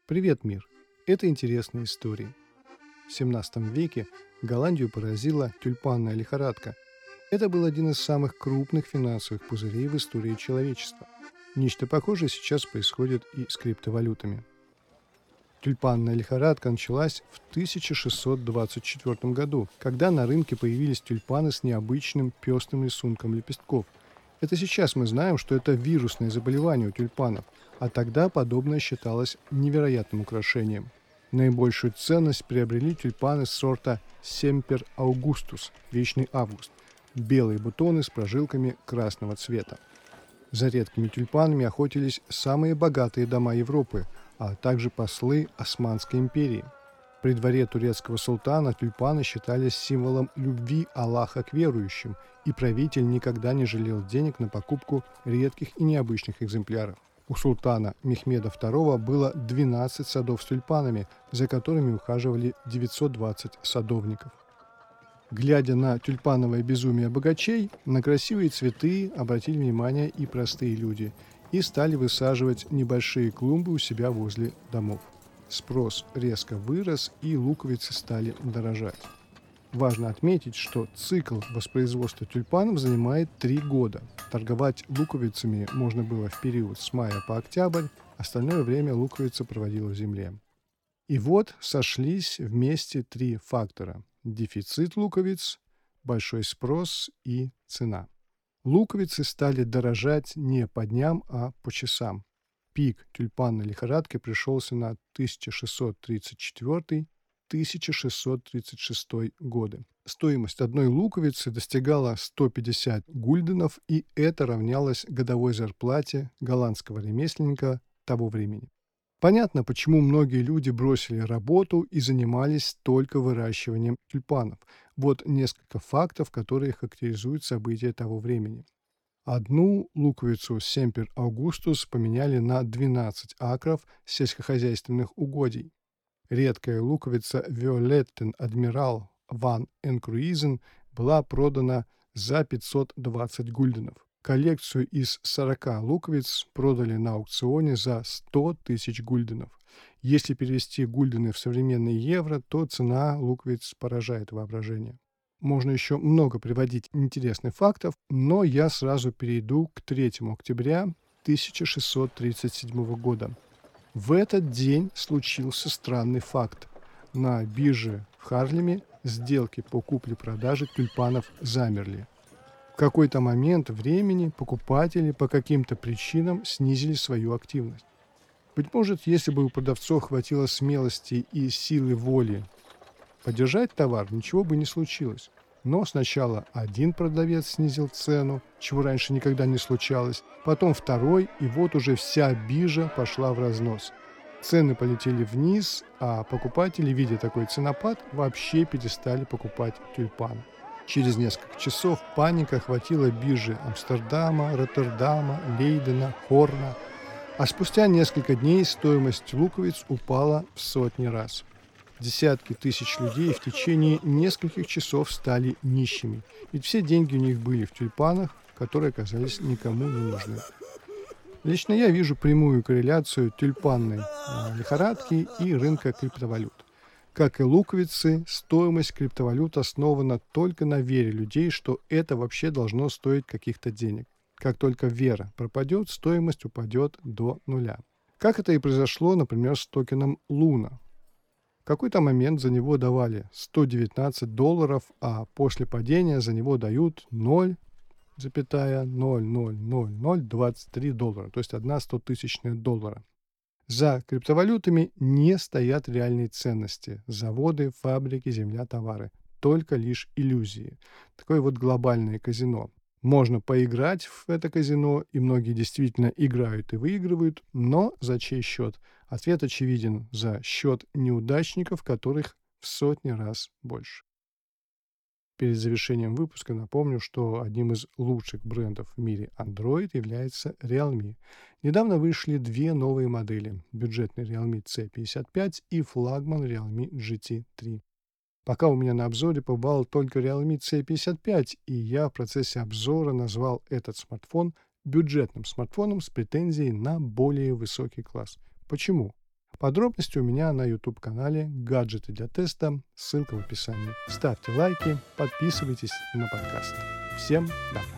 Привет, мир! Это интересная история. В XVII веке Голландию поразила тюльпанная лихорадка. Это был один из самых крупных финансовых пузырей в истории человечества. Нечто похожее сейчас происходит и с криптовалютами. Тюльпанная лихорадка началась в 1624 году, когда на рынке появились тюльпаны с необычным пестрым рисунком лепестков. Это сейчас мы знаем, что это вирусное заболевание у тюльпанов, а тогда подобное считалось невероятным украшением. Наибольшую ценность приобрели тюльпаны сорта Semper Augustus, Вечный Август, белые бутоны с прожилками красного цвета. За редкими тюльпанами охотились самые богатые дома Европы, а также послы Османской империи. При дворе турецкого султана тюльпаны считались символом любви Аллаха к верующим, и правитель никогда не жалел денег на покупку редких и необычных экземпляров. У султана Мехмеда II было 12 садов с тюльпанами, за которыми ухаживали 920 садовников. Глядя на тюльпановое безумие богачей, на красивые цветы обратили внимание и простые люди и стали высаживать небольшие клумбы у себя возле домов. Спрос резко вырос, и луковицы стали дорожать. Важно отметить, что цикл воспроизводства тюльпанов занимает 3 года. Торговать луковицами можно было в период с мая по октябрь, остальное время луковица проводила в земле. И вот сошлись вместе 3 фактора: дефицит луковиц, большой спрос и цена. Луковицы стали дорожать не по дням, а по часам. Пик тюльпанной лихорадки пришелся на 1634-1636 годы. Стоимость одной луковицы достигала 150 гульденов, и это равнялось годовой зарплате голландского ремесленника того времени. Понятно, почему многие люди бросили работу и занимались только выращиванием тюльпанов. Вот несколько фактов, которые характеризуют события того времени. Одну луковицу Semper Augustus поменяли на 12 акров сельскохозяйственных угодий. Редкая луковица Violetten Admiral van Enkruizen была продана за 520 гульденов. Коллекцию из 40 луковиц продали на аукционе за 100 тысяч гульденов. Если перевести гульдены в современные евро, то цена луковиц поражает воображение. Можно еще много приводить интересных фактов, но я сразу перейду к 3 октября 1637 года. В этот день случился странный факт. На бирже в Харлеме сделки по купле-продаже тюльпанов замерли. В какой-то момент времени покупатели по каким-то причинам снизили свою активность. Быть может, если бы у продавцов хватило смелости и силы воли подержать товар, ничего бы не случилось. Но сначала один продавец снизил цену, чего раньше никогда не случалось, потом второй, и вот уже вся биржа пошла в разнос. Цены полетели вниз, а покупатели, видя такой ценопад, вообще перестали покупать тюльпаны. Через несколько часов паника охватила биржи Амстердама, Роттердама, Лейдена, Хорна, а спустя несколько дней стоимость луковиц упала в сотни раз. Десятки тысяч людей в течение нескольких часов стали нищими, ведь все деньги у них были в тюльпанах, которые оказались никому не нужны. Лично я вижу прямую корреляцию тюльпанной лихорадки и рынка криптовалют. Как и луковицы, стоимость криптовалют основана только на вере людей, что это вообще должно стоить каких-то денег. Как только вера пропадет, стоимость упадет до нуля. Как это и произошло, например, с токеном Луна. В какой-то момент за него давали $119, а после падения за него дают 0,0000023 доллара, то есть 1/100 000 доллара. За криптовалютами не стоят реальные ценности: заводы, фабрики, земля, товары. Только лишь иллюзии. Такое вот глобальное казино. Можно поиграть в это казино, и многие действительно играют и выигрывают, но за чей счет? Ответ очевиден: за счет неудачников, которых в сотни раз больше. Перед завершением выпуска напомню, что одним из лучших брендов в мире Android является Realme. Недавно вышли 2 новые модели: бюджетный Realme C55 и флагман Realme GT3. Пока у меня на обзоре побывал только Realme C55, и я в процессе обзора назвал этот смартфон бюджетным смартфоном с претензией на более высокий класс. Почему? Подробности у меня на YouTube-канале «Гаджеты для теста», ссылка в описании. Ставьте лайки, подписывайтесь на подкаст. Всем добра!